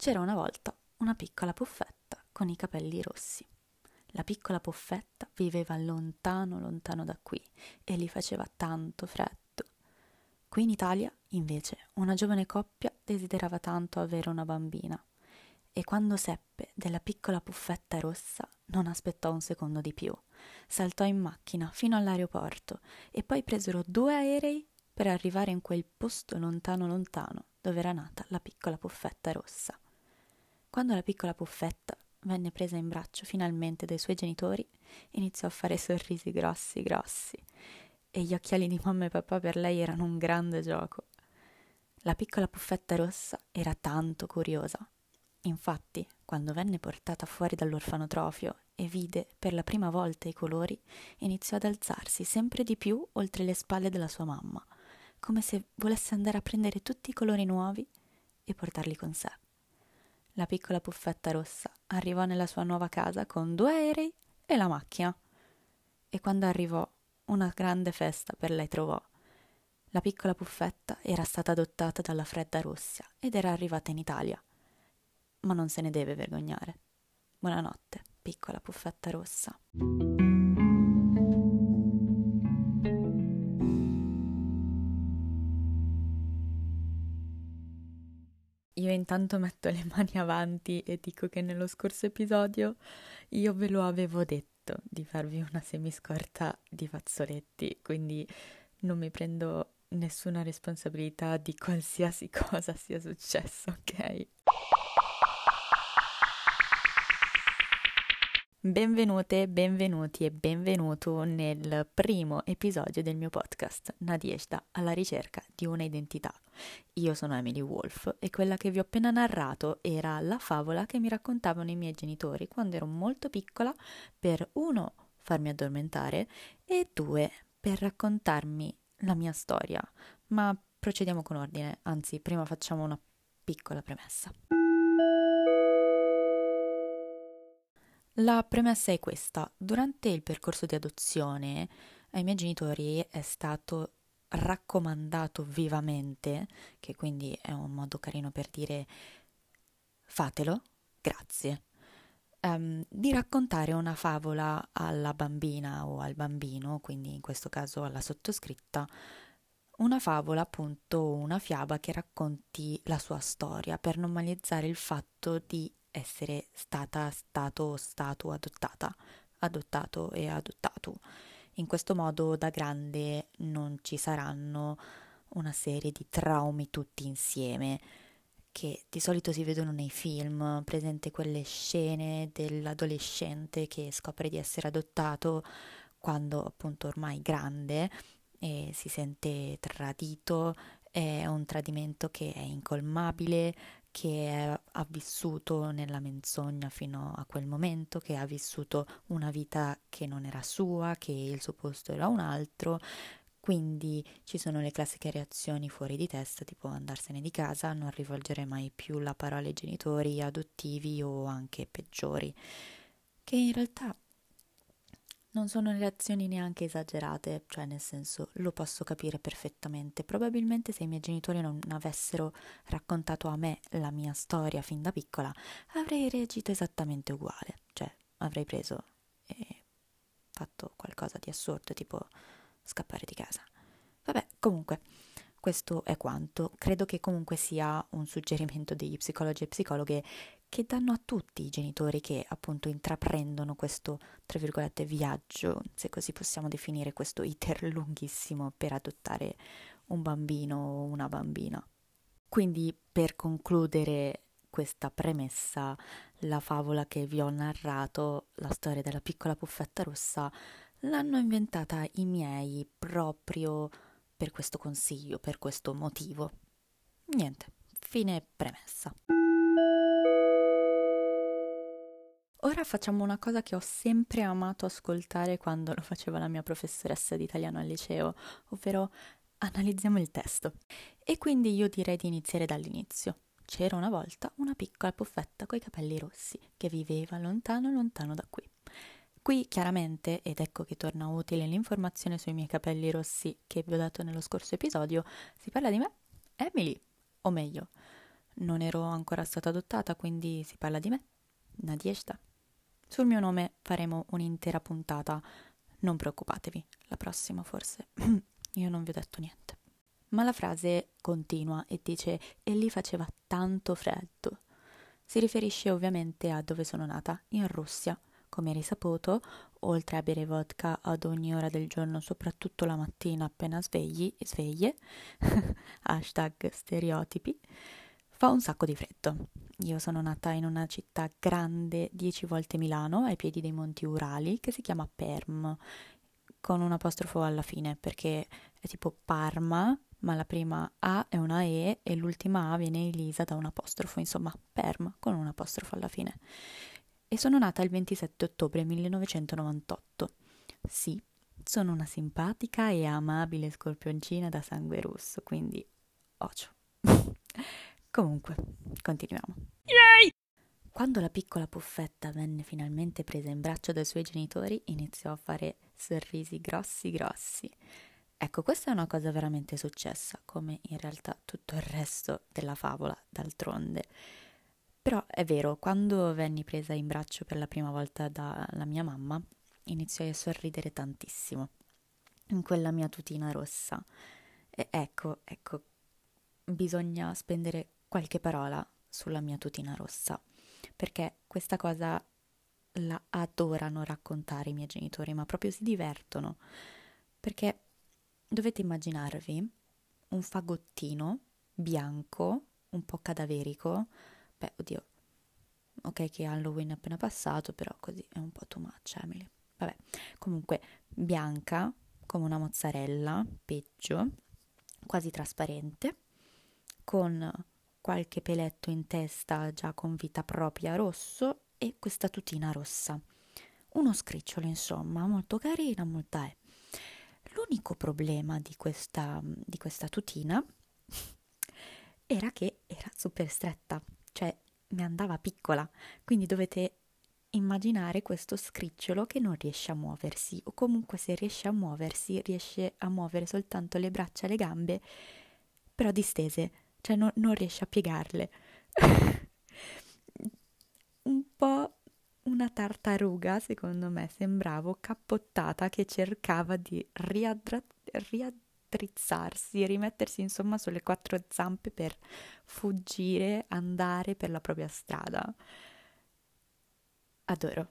C'era una volta una piccola puffetta con i capelli rossi. La piccola puffetta viveva lontano, lontano da qui e gli faceva tanto freddo. Qui in Italia, invece, una giovane coppia desiderava tanto avere una bambina e quando seppe della piccola puffetta rossa non aspettò un secondo di più. Saltò in macchina fino all'aeroporto e poi presero 2 aerei per arrivare in quel posto lontano lontano dove era nata la piccola puffetta rossa. Quando la piccola puffetta venne presa in braccio finalmente dai suoi genitori, iniziò a fare sorrisi grossi grossi e gli occhiali di mamma e papà per lei erano un grande gioco. La piccola puffetta rossa era tanto curiosa. Infatti, quando venne portata fuori dall'orfanotrofio e vide per la prima volta i colori, iniziò ad alzarsi sempre di più oltre le spalle della sua mamma, come se volesse andare a prendere tutti i colori nuovi e portarli con sé. La piccola puffetta rossa arrivò nella sua nuova casa con 2 aerei e la macchina. E quando arrivò, una grande festa per lei trovò. La piccola puffetta era stata adottata dalla fredda Russia ed era arrivata in Italia. Ma non se ne deve vergognare. Buonanotte, piccola puffetta rossa. Io intanto metto le mani avanti e dico che nello scorso episodio io ve lo avevo detto di farvi una semiscorta di fazzoletti, quindi non mi prendo nessuna responsabilità di qualsiasi cosa sia successo, ok? Benvenute, benvenuti e benvenuto nel primo episodio del mio podcast Nadezhda alla ricerca di una identità. Io sono Emily Wolf e quella che vi ho appena narrato era la favola che mi raccontavano i miei genitori quando ero molto piccola per 1 farmi addormentare e 2 per raccontarmi la mia storia. Ma procediamo con ordine, anzi prima facciamo una piccola premessa. La premessa è questa: durante il percorso di adozione ai miei genitori è stato raccomandato vivamente, che quindi è un modo carino per dire fatelo, grazie, di raccontare una favola alla bambina o al bambino, quindi in questo caso alla sottoscritta, una favola, appunto, una fiaba che racconti la sua storia per normalizzare il fatto di essere stata, stato adottata, adottato e adottato. In questo modo da grande non ci saranno una serie di traumi tutti insieme che di solito si vedono nei film, presente quelle scene dell'adolescente che scopre di essere adottato quando appunto ormai grande e si sente tradito, è un tradimento che è incolmabile, ha vissuto nella menzogna fino a quel momento, che ha vissuto una vita che non era sua, che il suo posto era un altro. Quindi ci sono le classiche reazioni fuori di testa, tipo andarsene di casa, non rivolgere mai più la parola ai genitori adottivi o anche peggiori, che in realtà non sono reazioni neanche esagerate, cioè nel senso lo posso capire perfettamente. Probabilmente se i miei genitori non avessero raccontato a me la mia storia fin da piccola, avrei reagito esattamente uguale, cioè avrei preso e fatto qualcosa di assurdo, tipo scappare di casa. Vabbè, comunque, questo è quanto. Credo che comunque sia un suggerimento degli psicologi e psicologhe che danno a tutti i genitori che appunto intraprendono questo, tra virgolette, viaggio, se così possiamo definire questo iter lunghissimo per adottare un bambino o una bambina. Quindi, per concludere questa premessa, la favola che vi ho narrato, la storia della piccola puffetta rossa, l'hanno inventata i miei proprio per questo consiglio, per questo motivo. Niente, fine premessa. Ora facciamo una cosa che ho sempre amato ascoltare quando lo faceva la mia professoressa di italiano al liceo, ovvero analizziamo il testo. E quindi io direi di iniziare dall'inizio. C'era una volta una piccola puffetta coi capelli rossi che viveva lontano lontano da qui. Qui chiaramente, ed ecco che torna utile l'informazione sui miei capelli rossi che vi ho dato nello scorso episodio, si parla di me, Emily, o meglio, non ero ancora stata adottata, quindi si parla di me, Nadezhda. Sul mio nome faremo un'intera puntata, non preoccupatevi, la prossima forse io non vi ho detto niente. Ma la frase continua e dice: e lì faceva tanto freddo. Si riferisce ovviamente a dove sono nata, in Russia. Come risaputo, oltre a bere vodka ad ogni ora del giorno, soprattutto la mattina appena sveglie, hashtag stereotipi, fa un sacco di freddo. Io sono nata in una città grande 10 volte Milano, ai piedi dei Monti Urali, che si chiama Perm, con un apostrofo alla fine, perché è tipo Parma, ma la prima A è una E l'ultima A viene elisa da un apostrofo, insomma, Perm, con un apostrofo alla fine. E sono nata il 27 ottobre 1998. Sì, sono una simpatica e amabile scorpioncina da sangue russo, quindi ocio. Comunque, continuiamo. Yay! Quando la piccola Puffetta venne finalmente presa in braccio dai suoi genitori, iniziò a fare sorrisi grossi grossi. Ecco, questa è una cosa veramente successa, come in realtà tutto il resto della favola, d'altronde. Però è vero, quando venni presa in braccio per la prima volta dalla mia mamma, iniziai a sorridere tantissimo, in quella mia tutina rossa. E ecco, bisogna spendere qualche parola sulla mia tutina rossa, perché questa cosa la adorano raccontare i miei genitori, ma proprio si divertono, perché dovete immaginarvi un fagottino bianco, un po' cadaverico. Beh, oddio, ok che Halloween è appena passato, però così è un po' too much, Emily. Vabbè, comunque bianca, come una mozzarella, peggio, quasi trasparente, con qualche peletto in testa già con vita propria rosso e questa tutina rossa. Uno scricciolo, insomma, molto carina, molta è. L'unico problema di questa tutina era che era super stretta, cioè mi andava piccola, quindi dovete immaginare questo scricciolo che non riesce a muoversi, o comunque se riesce a muoversi riesce a muovere soltanto le braccia e le gambe, però distese, cioè non riesce a piegarle. Un po' una tartaruga, secondo me, sembravo cappottata che cercava di riaddrizzarsi, rimettersi insomma sulle quattro zampe per fuggire, andare per la propria strada. Adoro.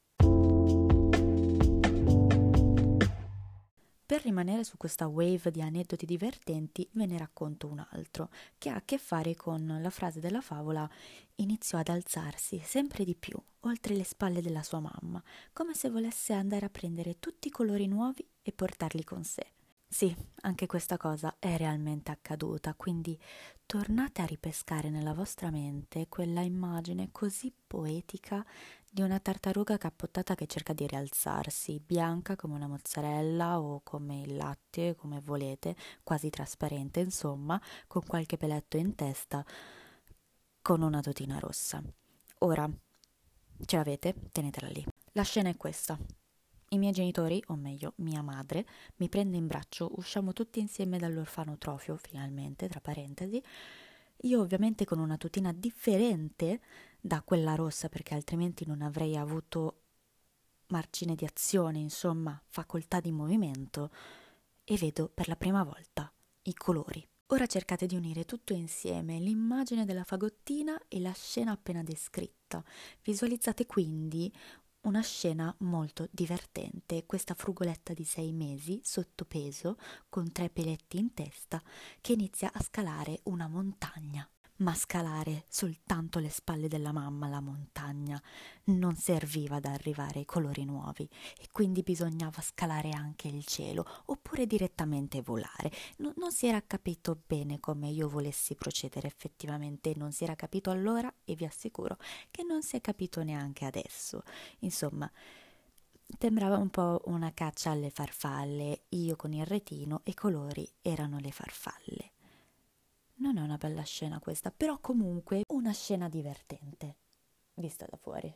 Per rimanere su questa wave di aneddoti divertenti, ve ne racconto un altro, che ha a che fare con la frase della favola: iniziò ad alzarsi sempre di più, oltre le spalle della sua mamma, come se volesse andare a prendere tutti i colori nuovi e portarli con sé. Sì, anche questa cosa è realmente accaduta, quindi tornate a ripescare nella vostra mente quella immagine così poetica di una tartaruga cappottata che cerca di rialzarsi, bianca come una mozzarella o come il latte, come volete, quasi trasparente, insomma, con qualche peletto in testa, con una tutina rossa. Ora, ce l'avete? Tenetela lì. La scena è questa. I miei genitori, o meglio mia madre, mi prende in braccio, usciamo tutti insieme dall'orfanotrofio, finalmente, tra parentesi. Io ovviamente con una tutina differente da quella rossa, perché altrimenti non avrei avuto margine di azione, insomma, facoltà di movimento, e vedo per la prima volta i colori. Ora cercate di unire tutto insieme, l'immagine della fagottina e la scena appena descritta. Visualizzate quindi una scena molto divertente, questa frugoletta di 6 mesi, sottopeso, con 3 peletti in testa, che inizia a scalare una montagna. Ma scalare soltanto le spalle della mamma la montagna non serviva ad arrivare ai colori nuovi, e quindi bisognava scalare anche il cielo, oppure direttamente volare. Non si era capito bene come io volessi procedere effettivamente, non si era capito allora e vi assicuro che non si è capito neanche adesso. Insomma, sembrava un po' una caccia alle farfalle, io con il retino e i colori erano le farfalle. Non è una bella scena questa, però comunque una scena divertente, vista da fuori.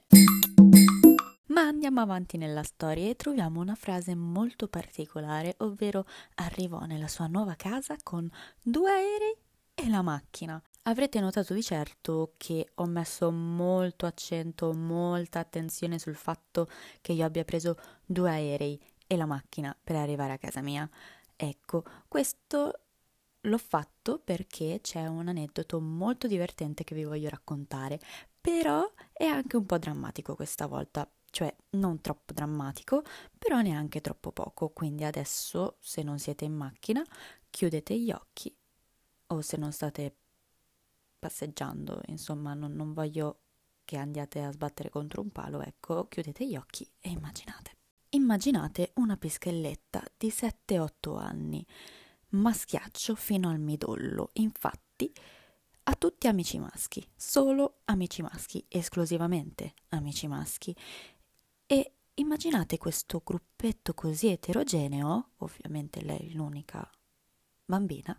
Ma andiamo avanti nella storia e troviamo una frase molto particolare, ovvero arrivò nella sua nuova casa con 2 aerei e la macchina. Avrete notato di certo che ho messo molto accento, molta attenzione sul fatto che io abbia preso 2 aerei e la macchina per arrivare a casa mia. Ecco, questo l'ho fatto perché c'è un aneddoto molto divertente che vi voglio raccontare, però è anche un po' drammatico questa volta, cioè non troppo drammatico, però neanche troppo poco, quindi adesso se non siete in macchina chiudete gli occhi o se non state passeggiando, insomma non voglio che andiate a sbattere contro un palo, ecco, chiudete gli occhi e immaginate. Immaginate una pischelletta di 7-8 anni, maschiaccio fino al midollo, infatti ha tutti amici maschi, solo amici maschi, esclusivamente amici maschi. E immaginate questo gruppetto così eterogeneo, ovviamente lei è l'unica bambina,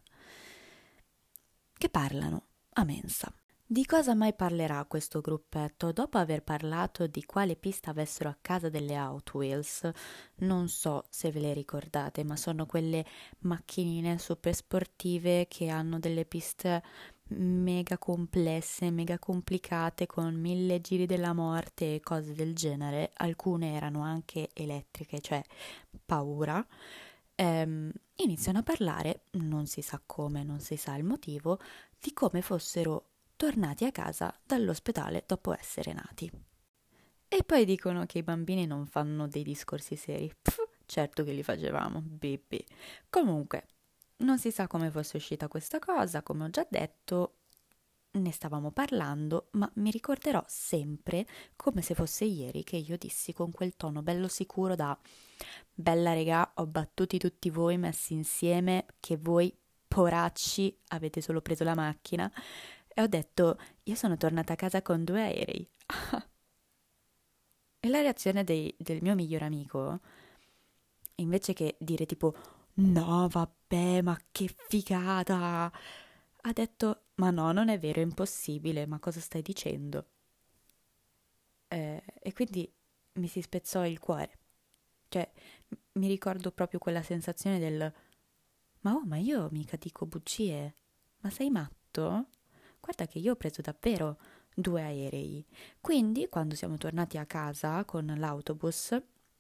che parlano a mensa. Di cosa mai parlerà questo gruppetto? Dopo aver parlato di quale pista avessero a casa delle Hot Wheels, non so se ve le ricordate, ma sono quelle macchinine super sportive che hanno delle piste mega complesse, mega complicate, con 1000 giri della morte e cose del genere. Alcune erano anche elettriche, cioè paura. Iniziano a parlare, non si sa come, non si sa il motivo, di come fossero tornati a casa dall'ospedale dopo essere nati. E poi dicono che i bambini non fanno dei discorsi seri. Pff, certo che li facevamo, bibbi. Comunque, non si sa come fosse uscita questa cosa, come ho già detto, ne stavamo parlando, ma mi ricorderò sempre, come se fosse ieri, che io dissi con quel tono bello sicuro da bella regà, ho battuti tutti voi messi insieme, che voi poracci avete solo preso la macchina, e ho detto, io sono tornata a casa con 2 aerei. E la reazione del mio migliore amico, invece che dire tipo, no, vabbè, ma che figata, ha detto, ma no, non è vero, è impossibile, ma cosa stai dicendo? E quindi mi si spezzò il cuore. Cioè, mi ricordo proprio quella sensazione del, ma oh, ma io mica dico bugie, ma sei matto? Guarda che io ho preso davvero 2 aerei. Quindi, quando siamo tornati a casa con l'autobus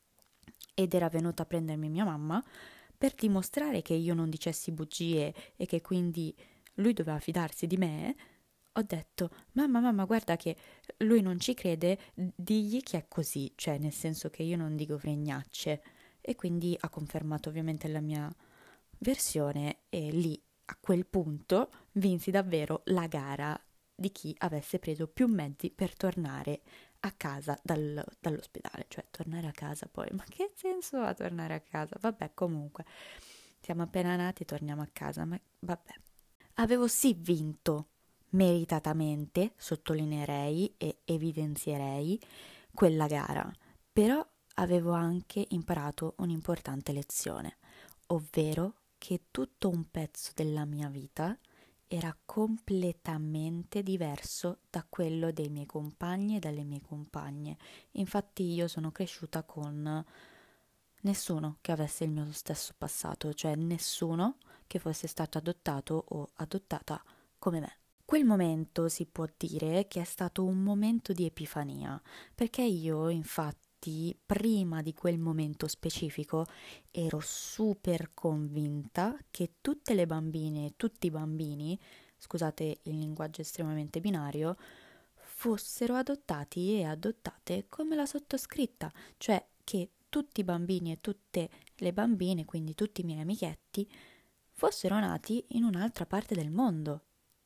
ed era venuta a prendermi mia mamma, per dimostrare che io non dicessi bugie e che quindi lui doveva fidarsi di me, ho detto, mamma, mamma, guarda che lui non ci crede, digli che è così, cioè nel senso che io non dico fregnacce. E quindi ha confermato ovviamente la mia versione e lì, a quel punto, vinsi davvero la gara di chi avesse preso più mezzi per tornare a casa dall'ospedale, cioè tornare a casa poi, ma che senso ha tornare a casa? Vabbè, comunque, siamo appena nati e torniamo a casa, ma vabbè. Avevo sì vinto meritatamente, sottolineerei e evidenzierei quella gara, però avevo anche imparato un'importante lezione, ovvero che tutto un pezzo della mia vita era completamente diverso da quello dei miei compagni e dalle mie compagne. Infatti io sono cresciuta con nessuno che avesse il mio stesso passato, cioè nessuno che fosse stato adottato o adottata come me. Quel momento si può dire che è stato un momento di epifania, perché io infatti prima di quel momento specifico ero super convinta che tutte le bambine e tutti i bambini, scusate il linguaggio estremamente binario, fossero adottati e adottate come la sottoscritta, cioè che tutti i bambini e tutte le bambine, quindi tutti i miei amichetti, fossero nati in un'altra parte del mondo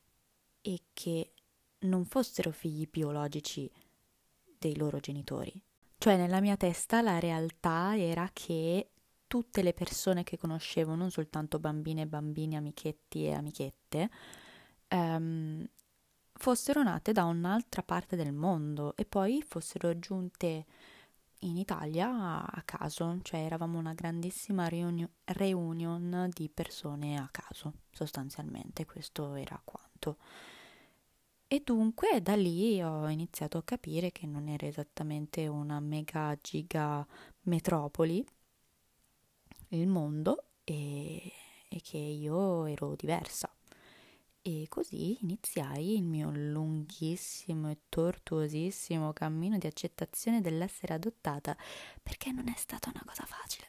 e che non fossero figli biologici dei loro genitori. Cioè nella mia testa la realtà era che tutte le persone che conoscevo, non soltanto bambine e bambini, amichetti e amichette, fossero nate da un'altra parte del mondo e poi fossero giunte in Italia a caso, cioè eravamo una grandissima reunion di persone a caso, sostanzialmente, questo era quanto. E dunque da lì ho iniziato a capire che non era esattamente una mega giga metropoli il mondo e che io ero diversa E così iniziai il mio lunghissimo e tortuosissimo cammino di accettazione dell'essere adottata, perché non è stata una cosa facile.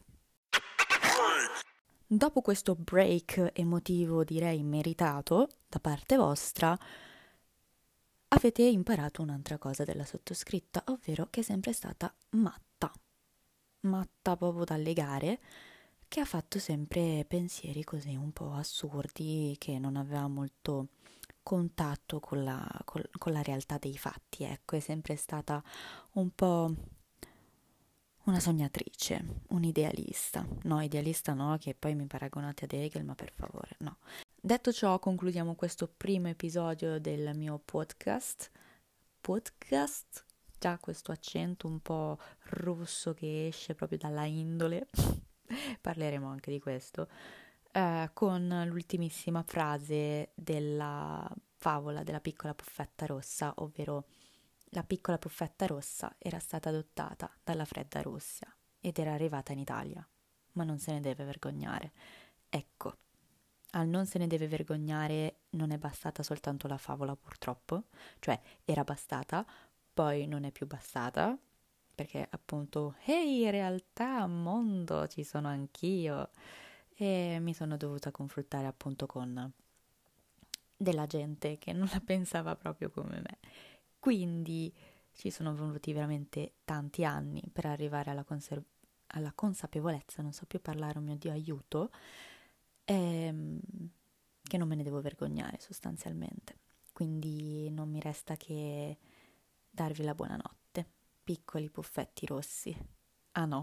Dopo questo break emotivo, direi meritato, da parte vostra, avete imparato un'altra cosa della sottoscritta, ovvero che è sempre stata matta proprio da legare, che ha fatto sempre pensieri così un po' assurdi, che non aveva molto contatto con la realtà dei fatti, ecco, è sempre stata un po' una sognatrice, un'idealista. No, idealista no, che poi mi paragonate ad Hegel, ma per favore, no. Detto ciò, concludiamo questo primo episodio del mio podcast. Podcast? Già questo accento un po' russo che esce proprio dalla indole. Parleremo anche di questo. Con l'ultimissima frase della favola della piccola puffetta rossa, ovvero la piccola puffetta rossa era stata adottata dalla fredda Russia ed era arrivata in Italia, ma non se ne deve vergognare. Ecco, al non se ne deve vergognare non è bastata soltanto la favola, purtroppo, cioè era bastata, poi non è più bastata, perché appunto, ehi, in realtà, mondo, ci sono anch'io, e mi sono dovuta confrontare appunto con della gente che non la pensava proprio come me. Quindi ci sono voluti veramente tanti anni per arrivare alla consapevolezza, non so più parlare, oh mio Dio, aiuto, ehm, che non me ne devo vergognare sostanzialmente. Quindi non mi resta che darvi la buonanotte, piccoli puffetti rossi. Ah no.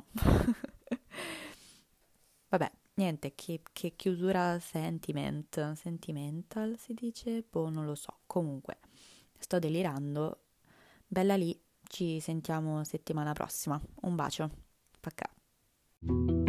Vabbè, niente, che chiusura sentimental si dice? Boh, non lo so. Comunque, sto delirando. Bella lì, ci sentiamo settimana prossima. Un bacio. Pacca.